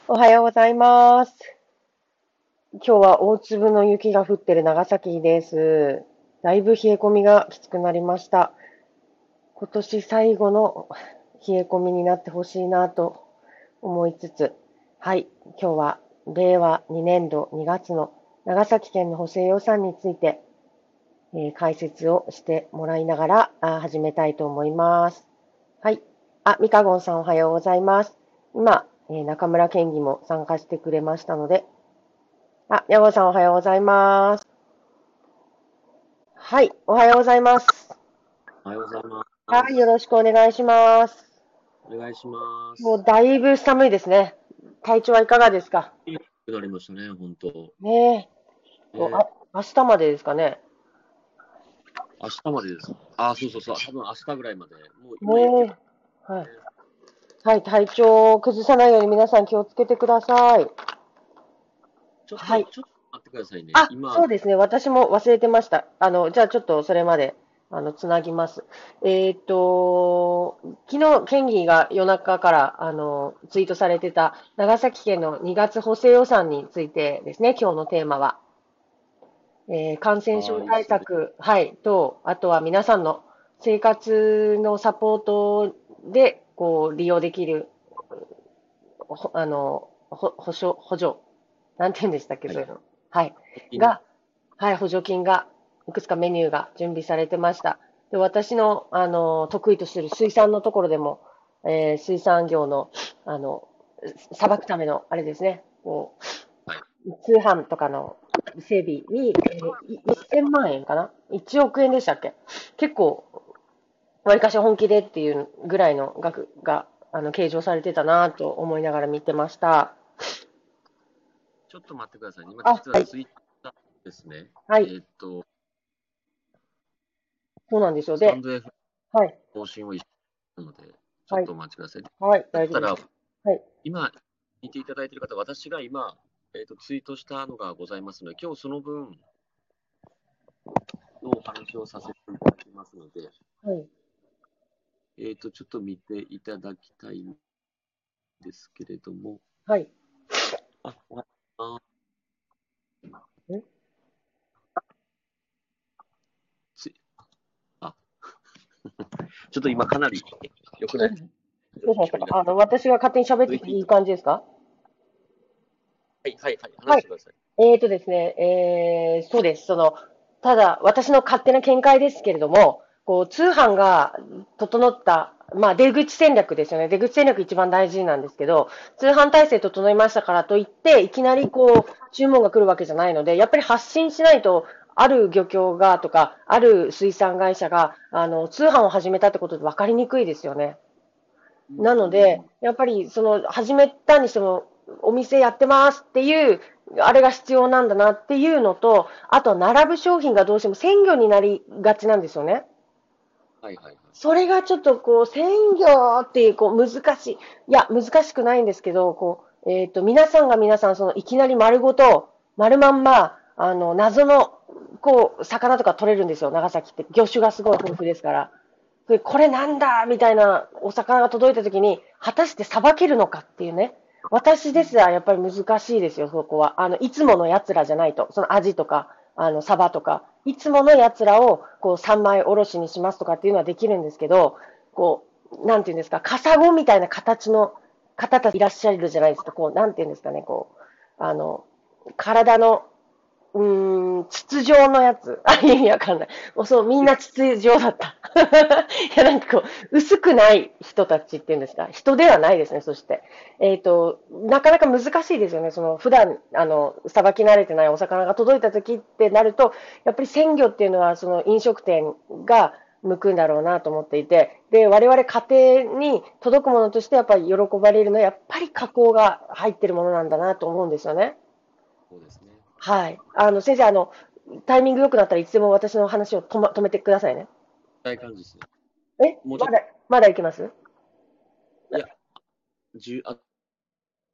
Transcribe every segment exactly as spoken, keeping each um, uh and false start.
おはようございます。今日は大粒の雪が降ってる長崎です。だいぶ冷え込みがきつくなりました。今年最後の冷え込みになってほしいなと思いつつ、はい、今日はれいわにねんどにがつの長崎県の補正予算について、えー解説をしてもらいながらあ始めたいと思います。はい。あ、みかごんさんおはようございます。今、えー中村県議も参加してくれましたので、あ、ヤゴさんおはようございます。はい、おはようございます。 おはようございまはい、よす。 ろしくお願いします。 お願いします。 もうだいぶ寒いですね。体調はいかがですか？ いいくなりましたね、本当。 ねえ、もうあ、 えー明日までですかね。 明日までです。あ、そうそうそう。多分明日ぐらいまで。もう今雪降ってねえ、はい。 ね。 はい、体調を崩さないように皆さん気をつけてください。 ちょっと、 はい。 ちょっと待ってくださいね。 あ、 今、 そうですね。私も忘れてました。あの、じゃあちょっとそれまで、あの、つなぎます。えーっと、昨日、県議が夜中から、あの、ツイートされてた長崎県のにがつ補正予算についてですね、今日のテーマは。えー感染症はい、 対そうです。 策、はい、と、あとは皆さんの生活のサポートで、こう、利用できる、ほあの、ほ保証、補助、なんて言うんでしたっけ、 はい。 そういうの。はい。 金が、はい、補助金が、いくつかメニューが準備されてました。で、私の、あの、得意とする水産のところでも、えー水産業の、あの、さばくための、あれですね、こはい。 う、通販とかの整備に、えー、せんまん円かな？ いち 億円でしたっけ？結構、わりかし本気でっていうぐらいの額が、あの、計上されてたなと思いながら見てました。 ちょっと待ってくださいね。今、 あ、 実ははい、 ツイッターですね。 はい、 えーっと、 そうなんですよ。で、 スタンド F はい、 更新を一緒なので、ちょっはい、 とお待ちください。だはい、 ったら、 大丈夫です。はい。 今、見ていただいている方、私が今、えーっと、ツイートしたのがございますので、今日その分、のお話をさせていただきますので、 はい。 えっと、ちょっと見ていただきたいんですけれども、 はい。 あ、おはあ、 んつい、あ、ちょっと今かなり良くないどうしました状況になってる。 か？あの、私が勝手に喋って続いていいと。 ていい感じですか？ はい、はい、はい、話はい。 してください。 えーとですね、えー、そうです。その、ただ、私の勝手な見解ですけれども、こう、通販が整った、まあ、出口戦略ですよね。出口戦略一番大事なんですけど、通販体制整いましたからといって、いきなりこう、注文が来るわけじゃないので、やっぱり発信しないと、ある漁協がとか、ある水産会社が、あの、通販を始めたってことで分かりにくいですよね。 うなので、 ん、 やっぱりその始めたにしても、お店やってますっていう、あれが必要なんだなっていうのと、あと並ぶ商品がどうしても鮮魚になりがちなんですよね。 はい、はい、はい。 それがちょっとこう、鮮魚っていうこう難しい。いや、難しくないんですけど、こう、えっと、皆さんが皆さん、そのいきなり丸ごと、丸まんま、あの、謎の、こう、魚とか取れるんですよ、長崎って。魚種がすごい豊富ですから。でこれなんだみたいなお魚が届いたときに、果たしてさばけるのかっていうね。私うん、 ですらやっぱり難しいですよ、そこは。あの、いつもの奴らじゃないと。そのアジとか、あの、サバとか、いつもの奴らを、こう、三枚おろしにしますとかっていうのはできるんですけど、こう、なんていうんですか、カサゴみたいな形の方たちいらっしゃるじゃないですか。こう、なんていうんですかね、こう、あの、体のうーん、筒状のやつ。あ、意味わかんない。もうそう、みんな筒状だった。いや、なんかこう、薄くない人たちっていうんですか。人ではないですね、そして。えっと、なかなか難しいですよね。その、普段、あの、さばき慣れてないお魚が届いた時ってなると、やっぱり鮮魚っていうのは、その飲食店が向くんだろうなと思っていて、で、我々家庭に届くものとしてやっぱり喜ばれるのは、やっぱり加工が入ってるものなんだなと思うんですよね。 そうですね。 はい。あの、先生、あの、タイミング良くなったらいつでも私の話を止ま、止めてくださいね。 大感じですね。 えもうちょっと、 まだ、まだいけます？ いや、じゅう、あ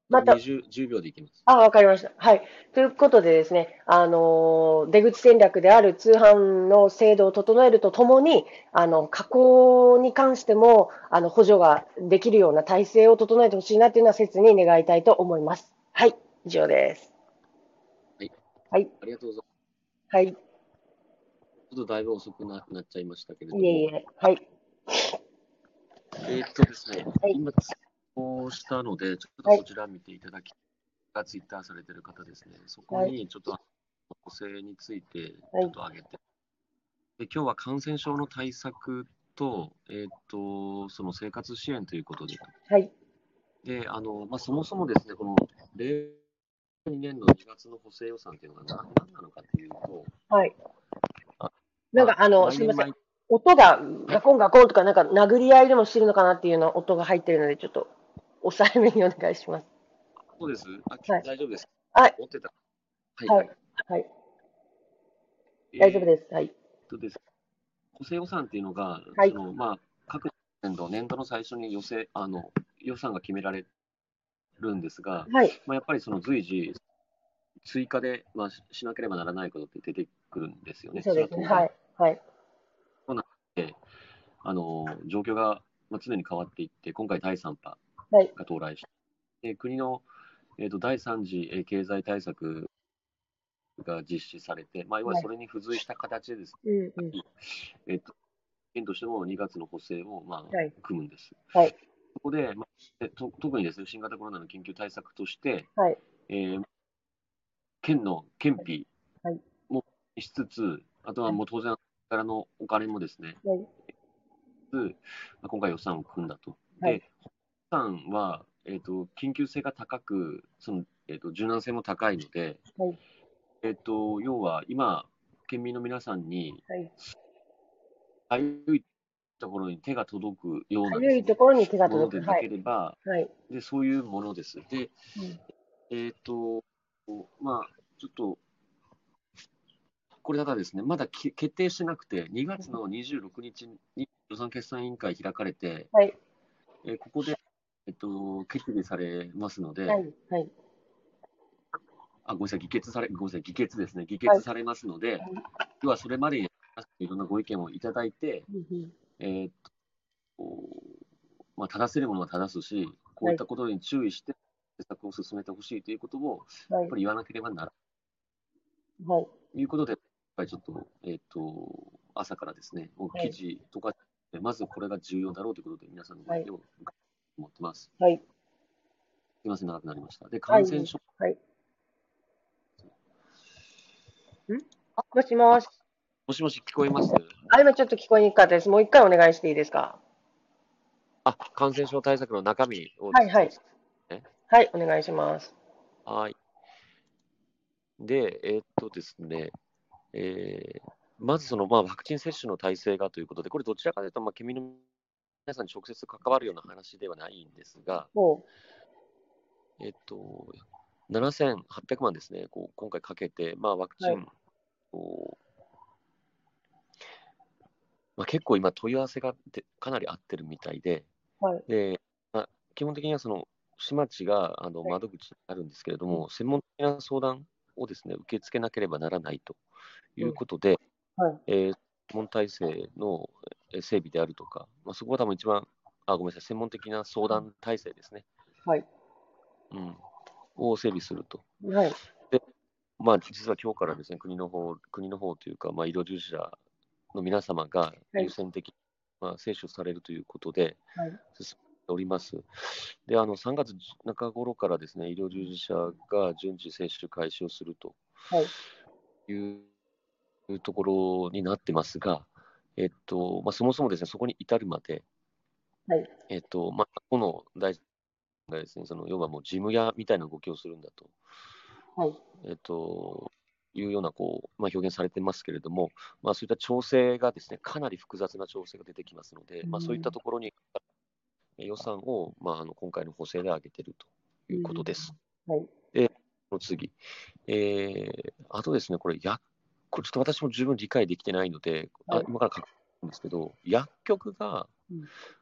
また、 にじゅう、じゅうびょうでいきます。 あ、わかりました。はい。ということでですね、あの、出口戦略である通販の制度を整えるとともに、あの、加工に関しても、あの、補助ができるような体制を整えてほしいなっていうのは切に願いたいと思います。はい。以上です。 はい。 はい。 ありがとうございます。 はい。 ちょっとだいぶ遅くな、なっちゃいましたけれども。 いえいえ。はい。 えーっとですね、 はい。 今、ツイートをしたので、ちょっとはい。 そちら見ていただき、がツイッターされてる方ですね。そこはい。 にちょっと補正についてはい。 ちょっと挙げて、で今日は感染症の対策と、えーっと、その生活支援ということで、 はい。 で、あの、まあ、そもそもですね、この令和にねんのにがつの補正予算っていうのが何何なのかというと、 はい。 あまあ、 なんか、あの、すみません。 毎年毎、 音がはい、 ガコンガコンとか、なんか殴り合いでもしてるのかなっていうような音が入ってるので、ちょっと抑えめにお願いします。 そうです。あ、 はい。 大丈夫です。 はい。 持ってた。はいはい。 はい。 はい。 えーっ大丈夫です。はい。 とです、補正予算っていうのが、 はい。 その、まあ、各年度、年度の最初に予定、あの、予算が決められるんですが、 はい。 まあ、やっぱりその随時、追加で、まあ、ししなければならないことって出てくるんですよね。 そうですね。 それは当然はい。はい。 そうなんで、あの、状況が、まあ、常に変わっていって、今回だいさん波はい。 が到来して、で国の、えーと、だいさん次えー経済対策が実施されて、まあ、要ははい。 それに付随した形でですうんうん。 ね、えーと、県としてもにがつの補正を、まあ、 はい。 組むんです。 はい。 そこで、まあ、えと特にですね、新型コロナの緊急対策として、 はい。 えー県の県費はい。 もしつつ、あとははい。 もう当然からのお金もですね、 はい。 まあ、今回予算を組んだと。 はい。 で、予算は、えーと、緊急性が高く、そのえーと、柔軟性も高いので、 はい。 えーと、要は今、県民の皆さんに、 はい。 かゆいところに手が届くようかなですね、 ゆいところに手が届く。 ものでなはい。 ければ、 はい。 でそういうものです。で、 うん。 えっ、と、まあ、ちょっと、これただですね、まだき決定してなくて、にがつのにじゅうろくにちに予算決算委員会開かれて、 はい。 えーここで、えっと、決議されますので、 はい。はい。 あ、ごめんなさい、議決され、ごめんなさい、議決ですね、議はい。 決されますので、要はそれまでにいろんなご意見をいただいて、 うんうん。 えーっと、まあ、正せるものは正すし、こうはい。 いったことに注意して、施策を進めてほしいということを、 はい。 やっぱり言わなければならないはい。 ということで、やっぱりちょっと、えーっと、朝からですね、記はい。 事とか、まずこれが重要だろうということで、皆さんのごはい。 意見を伺おうと思ってます。すはい。 みません、長くなりました。で、 はい。 感染症、 はい。んもしもあ、 し。 もしもし聞こえます？ あ、今ちょっと聞こえにくかったです。もう一回お願いしていいですか？ あ、感染症対策の中身をはい。はい。 お伝えしますね。 はい。お願いします。 はい。で、えーっとですね、えーまずその、まあ、ワクチン接種の体制がということで、これどちらかというと、まあ、県民の皆さんに直接関わるような話ではないんですが、 ほえっと、ななせんはっぴゃくまんですね、こう今回かけて、まあ、ワクう。はい。 チンを、まあ、結構今問い合わせがでかなり合ってるみたいで、 はい。 で、まあ、基本的にはその市町があのはい。 窓口になるんですけれどうん。 も、専門的な相談をですね、受け付けなければならないというん。 うことで、 はい。 えー、専門体制のえー整備であるとか、まあ、そこが多分一番、あ、ごめんなさい、専門的な相談体制ですね、 はい。 うん、を整備すると。 はい。 で、まあ、実は今日からですね、国の方、国の方というか、まあ、医療従事者の皆様がはい。 優先的に、まあ、接種されるということで、 はい。 進んでおります。で、あの、さんがつ中頃からですね、医療従事者が順次接種開始をするとはい。 いうところになってますが、えっと、まあ、そもそもですね、そこに至るまで、 はい。 えっと、まあ、この大臣がですね、その、要はもう事務屋みたいな動きをするんだと、 はい。 えっと、いうような、こう、まあ、表現されてますけれども、まあ、そういった調整がですね、かなり複雑な調整が出てきますので、まあ、そういったうん。 ところに予算を、まあ、あの今回の補正で上げているということうん。 です。 はい。 で、その次、えー、あとですね、これ、やこれちょっと私も十分理解できてないので、あはい。 今から書くんですけど、薬局が、 うん。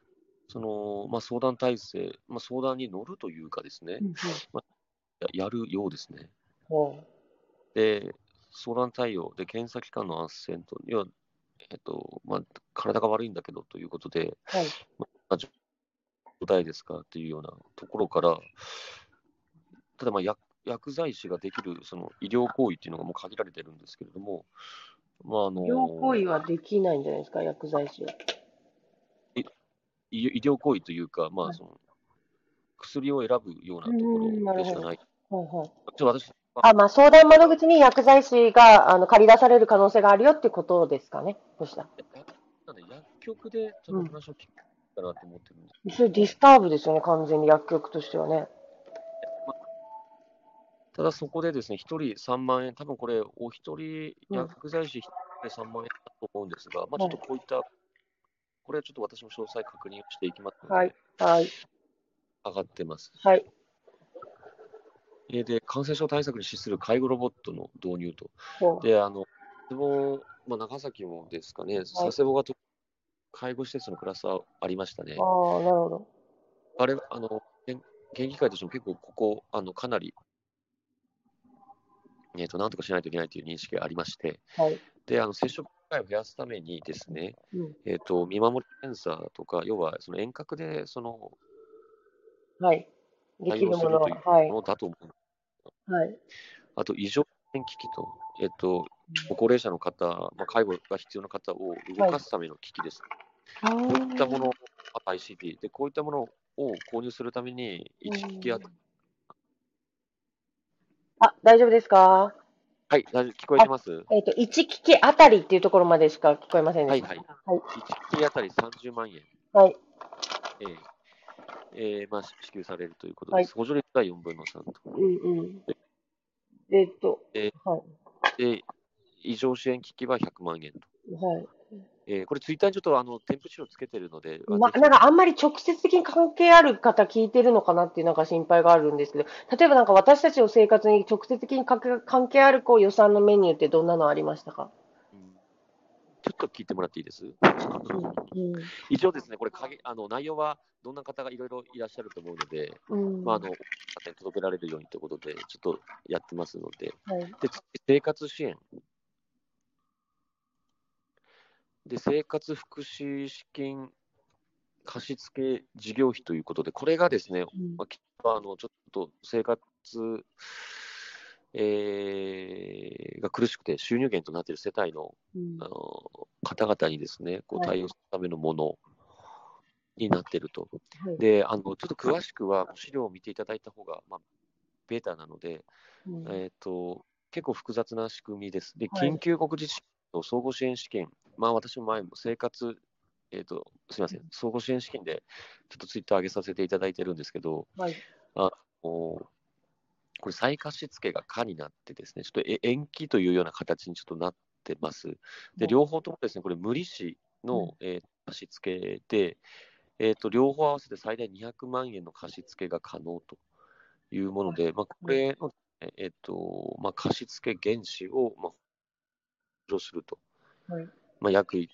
その、まあ、相談体制、まあ、相談に乗るというかですね、 うんうん。 まあ、ややるようですね。 ほで、相談対応で検査機関の斡旋と、要は、えっと、まあ、体が悪いんだけどということで、 う。はい。 まあ、状態ですかっていうようなところから、ただまあ薬、薬剤師ができるその医療行為っていうのがもう限られてるんですけれども、まあ、あ医療行の為はできないんじゃないですか、薬剤師は。 い医医療行為というか、まあ、 はい。 その薬を選ぶよううーなところん、なるほど。 でしかない。ちはいはい。 ょっと私は、 あ、まあ、相談窓口に薬剤師が、あの、借り出される可能性があるよってことですかね。そしたら。 やなんで薬局で多分うん。 話を聞くかなと思ってるんですけれそれディども、 スターブですよね、完全に薬局としてはね。 まあ、ただそこでですね、ひとりさんまん円、多分これ、お一人うん。 薬剤師ひとりさんまん円だと思うんですが、まあ、ちょっはい。 とこういった、これはちょっと私も詳細確認をしていきますのはい。 で、 はい。 上がってます。 はい。 えーで、感染症対策に資する介護ロボットの導入と。 ほで、あの、佐世保、まあ、長崎もですかね、 う。はい。 佐世保がと介護施設のクラスターありましたね。 ああ、なるほど。 あれ、あの、県県議会としても結構ここ、あの、かなり、えっと、なんとかしないといけないという認識がありまして、 はい。 で、あの、接触機会を増やすためにですね、 うん。 えっと、見守り検査とか、要は、その遠隔で、その、 はい。で対きるものは、 応するというはい。 ものだと思う。 はい。 あと、異常電機器と、えっと、ご高齢者の方、まあ、介護が必要な方を動はい。 かすための機器です。 あこういったもの、 あ。 あと アイシーティー、で、こういったものを購入するために、 う一機器あたん。あ、大丈夫ですか？ はい、大丈夫、聞こえてあ、 ます？ えっと、いち機器あたりっていうところまでしか聞こえませんでした。 はいはい。 はい。 いち機器あたりさんじゅうまん円、 はい。 えーえーまあ、支給されるということはい。 です。補助率はよんぶんのさんと。 うんうん。えっと、 で、 はで異常支援機器はひゃくまん円と。 い。はい。 えーこれ、ツイッターにちょっとあの添付資料つけてるので、あま、 ぜひ、 なんかあんまり直接的に関係ある方聞いてるのかなっていうなんか心配があるんですけど、例えばなんか私たちの生活に直接的にかけ関係あるこう予算のメニューってどんなのありましたか？ うんちょっと聞いてもらっていいです？ うん。 一応ですね、これかげあの内容はどんな方がいろいろいらっしゃると思うので、 うん。 まあ、 うん。 あの届けられるようにということで、ちょっとやってますので、 はい。 で生活支援で、生活福祉資金貸付事業費ということで、これがですね、 うん。 まあ、あのちょっと生活、えーが苦しくて収入源となっている世帯の、 うん。 あの方々にですね、こうはい。 対応するためのものになっていると。 はい。 で、あのちょっと詳しくは資料を見ていただいた方が、まあ、ベータなので、 うん。 えーと、結構複雑な仕組みです。で、 はい。 緊急国自治と総合支援資金、まあ私も前も生活、えーと、すみません、総合支援資金でちょっとツイッター上げさせていただいてるんですけど、 はい。 あのこれ再貸付が可になってですね、ちょっとえ延期というような形にちょっとなってます。で、 はい。 両方ともですね、これ無利子うん。 の、えー貸付で、えーと、両方合わせて最大にひゃくまん円の貸付が可能というもので、まあ、こはい。 れの、えーとまあ、貸付原資を、まあ、補助すると、 はい。 まあ、約い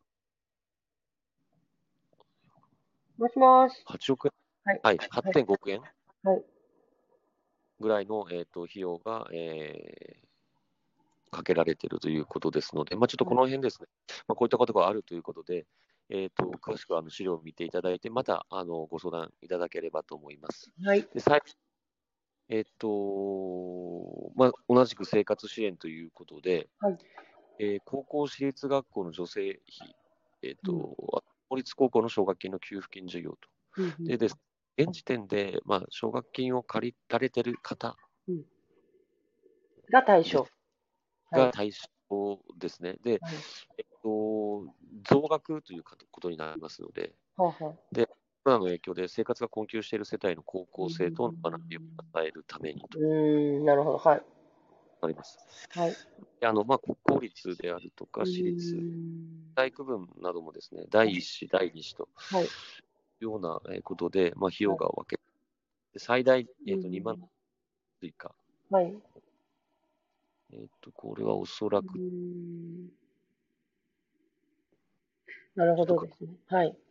もしもし。 はちおく円、 はい。 はい、 はい。 はってんごおく円はい。 ぐらいの、えーと費用が、えーかけられているということですので、まあ、ちょっとこはい。 の辺ですね、まあ、こういったことがあるということで、えーと詳しくはあの資料を見ていただいて、またあのご相談いただければと思います。 はい。 で最えっと、まあ、同じく生活支援ということで、 はい。 えー高校私立学校の助成費、えっうん。 と、公立高校の奨学金の給付金事業と。 うん。 でです、現時点で、まあ、奨学金を借りられてる方うん。が対です象。はい。 が対象ですね。で、 はい。 えっと、増額ということになりますので、 はあはあ。 で、コロナの影響で生活が困窮している世帯の高うん。 校生との学びを支えるためにとうん。うーん、なるほど。はい。 なります。 はい。 であのまあ、国公立であるとか、 うー私立、 ん。 大区分などもですね、第一子、第二子とはい。 いうようなえーことで、まあ、費用はい。 が分けて、最大、 うえーと、にまんん。 追加。 はい。 えーと、これはおそうらく、 ーん。なるほちょっとか、 どですね。はい。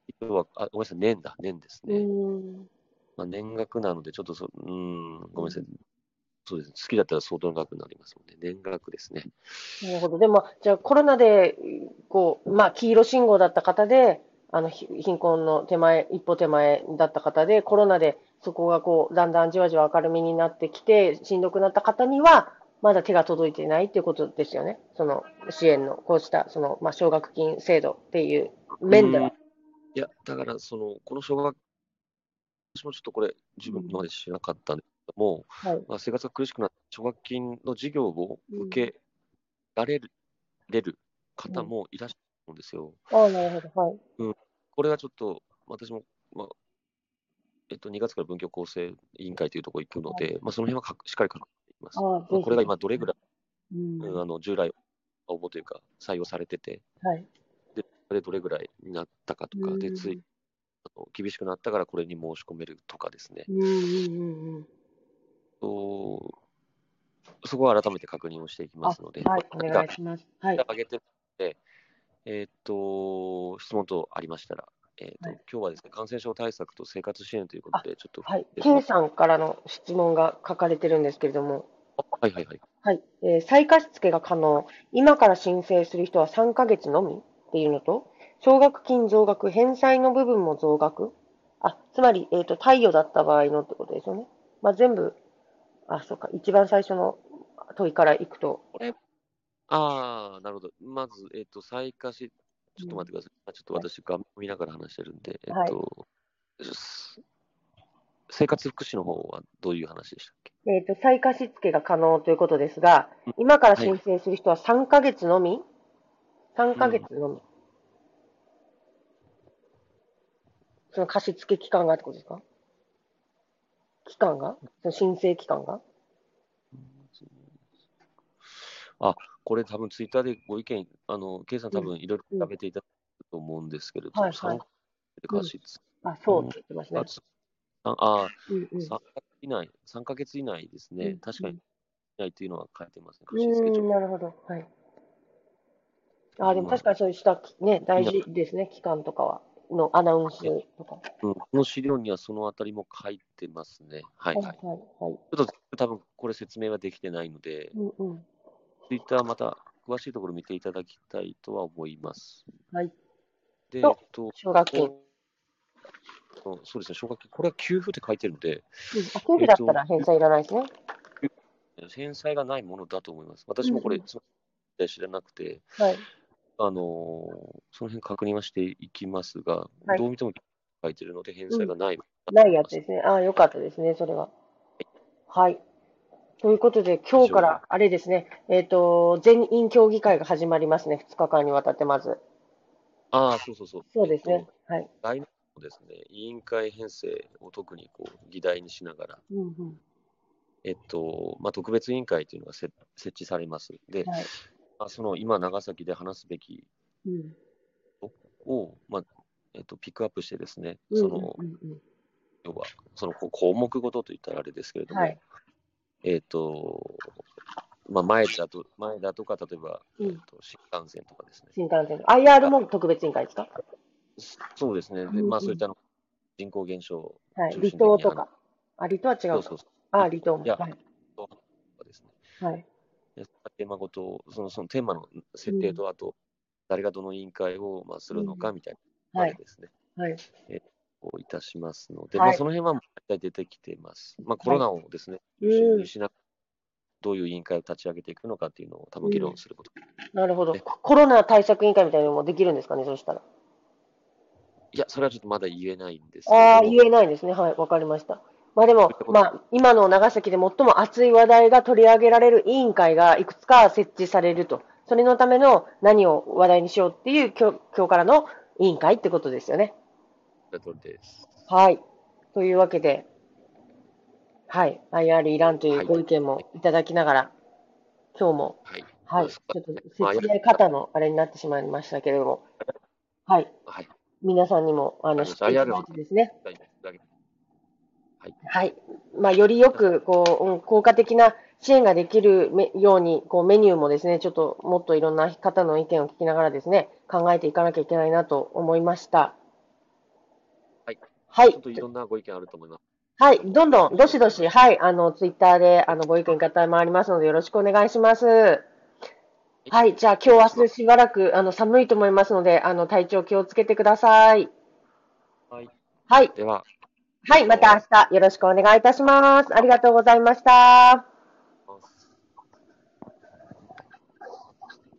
要は、あ、ごめんなさい、年だ、年ですうね。 ん。 まあ、年額なので、ちょっとそ、うん、ごめんなさい。 うんそうですね。好きだったら相当額になりますもんね。年額ですね。 なるほど。でも、じゃあコロナで、こう、まあ、黄色信号だった方で、あの、ひ貧困の手前、一歩手前だった方で、コロナでそこがこう、だんだんじわじわ明るみになってきて、しんどくなった方には、まだ手が届いていないっていうことですよね。その支援の、こうした、その、まあ、奨学金制度っていう面でうん、 は。 いや、だから、その、この小学、私もちょっとこれ、自分今まで知らなかったんですけども、 はい。 まあ、生活が苦しくなって、奨学金の授業をうん。 受けられる、れるうん。 方もいらっしゃるんですよ。 ああ、なるほど。はい。 うん。これはちょっと、私も、まあ、えっと、にがつから文教構成委員会というところに行くのはい。 で、まあ、その辺はかしっかり確認していきます。 ああ、 まあ、 ぜひ。 これが今どれぐらい、 ううん、 ん。 あの従来応募というか採用されてて、 はい。 で、それどれぐらいになったかとうか、で、ついん。 あの厳しくなったからこれに申し込めるとかですね。 うん。うん。うん。 とそこは改めて確認をしていきまあ、 すので、 はい。 まあ、 お何か願いします。はい。 挙げてるので、えーっと、質問等ありましたら、えーっと、 はい。 今日はですね、感染症対策と生活支援ということあ、 で、ちょっと、 はい。 えーっと、ま K さんからの質問が書かれてるんですけれども、 あはいはいはい。 はい。えー再貸付が可能。今から申請する人はさんかげつのみっていうのと、奨学金増額、返済の部分も増額。あ、つまり、えっと、貸与だった場合のってことですよね。まあ、全部、あ、そうか。一番最初の問いからいくと。 これ、ああ、なるほど。まず、えーっと、再貸し、ちょっとうん、 待ってください。あちょっとはい。 私、画面見ながら話してるんで、えーっはい。 と、す生活福祉の方はどういう話でしたっけ？ えっと、再貸付が可能ということですが、 うん、 今からはい。 申請する人はさんかげつのみ ?さん ヶうん。 月のみ。その貸付期間がってことですか？期間がその申請期間があ、これ多分ツイッターでご意見、あの、ケイさんうん。 多分いろいろうん。 調べていただくと思うんですけれど、 はいはい。 さんかげつでうん。 貸し付あ、そうってけ、 言ってますね。 さんあ、 うんうん。 さんかげつ以内、さんかげつ以内ですね。 うん確かに、 うん。 以内というのは書いてますね。 う貸付条ーん、なるほど。はい。あ、でも件まあ、 確かにそうしたね、大以内、 事ですね、期間とかは。のアナウンスいや、 とか。 うん、この資料にはそのあたりも書いてますね。はいはい。 はいはいはい。 ちょっと多分これ説明はできてないので、 うんうん。 ツイッターまた詳しいところ見ていただきたいとは思います。 はい。 で、えっと、 と、 奨学金。 こうそうですね、奨学金、これは給付って書いてるので、 うん。あ、給付だったえっと、 ら返済いらないですね。 返済がないものだと思います。私もこれ、 うんうん。 その知らなくて、 はい。 あのーその辺確認はしていきますが、 はい。 どう見ても書いてるので、返うん。 済がないものだとない思います。 やつですね。ああ、よかったですね、それは。はい。ということで、 以上。 今日から、あれですね、えっと、全員協議会が始まりますね、ふつかかんにわたってまず。 ああ、そうそうそう。 そうですね。 えっと、 はい。 来年のですね、委員会編成を特にこう議題にしながら、 うんうん。 えっと、まあ、特別委員会というのがせ設置されます。で、 はい。 まあ、その今、長崎で話すべきうん。 ことを、まあ、えっと、ピックアップしてですね、 うんうんその、 うんうん。 要は、そのこ項目ごとといったらあれですけれども、 はい。 えっと、まあ、前だと、前だとか、例えば、 うん。 えっと、新幹線とかですね。 新幹線の。アイアールあ、 も特別委員会ですか？ そうですね。で、まあ、 うんうん。 そういったの人口減少をはい。離中心的に話す。 島とか。あ、離島は違うか。 そうそうそう。 あ、 い離島も。 いや、 はい。 そうですね。 はい。 でテーマごと、そのそのテーマの設定うん。 と、あと、誰がどの委員会を、まあ、するのうん。 かみたいなまはい。 でですね、 はい。 えーをいたしますので、まあ、 はい。 その辺はもう大体出てきています。まあ、コはい。 ロナをですね、中心うん。 にしなどういう委員会を立ち上げていくのかっていうのを多分議うん。 論することなるほど。 で、 ココロナ対策委員会みたいなのもできるんですかね、そうしたら。 いや、それはちょっとまだ言えないんですけれああ、 ども、 言えないですね。はい。わかりました。まあでも、 そういったこと、 まあ、今の長崎で最も熱い話題が取り上げられる委員会がいくつか設置されると。それのための何を話題にしようっていう今日、今日からの委員会ってことですよね。 おっしゃる通りです。 はい。というわけで、はい。アイアール いらんというはい。 ご意見もいただきながら、今日も、 はい。 はい。 そうちょっとですまあ、や説明方のあれになってしまいましたけれども、はい。 はい。 皆さんにも、あの、 ありました。 知っていたアイアールだは、 いてですね。 はい。 はい。まあ、よりよく、こう、うん効果的な支援ができるめように、こう、メニューもですね、ちょっともっといろんな方の意見を聞きながらですね、考えていかなきゃいけないなと思いました。 はいちょっ。といろんなご意見あると思います。 はい。どんどん、どしどし、はい。あの、ツイッターで、あの、ご意見方もありますので、よろしくお願いします。はい。じゃあ、今日、明日、しばらく、あの、寒いと思いますので、あの、体調気をつけてください。 はい。 はい。 では、 はい。また明日、よろしくお願いいたします。ありがとうございました。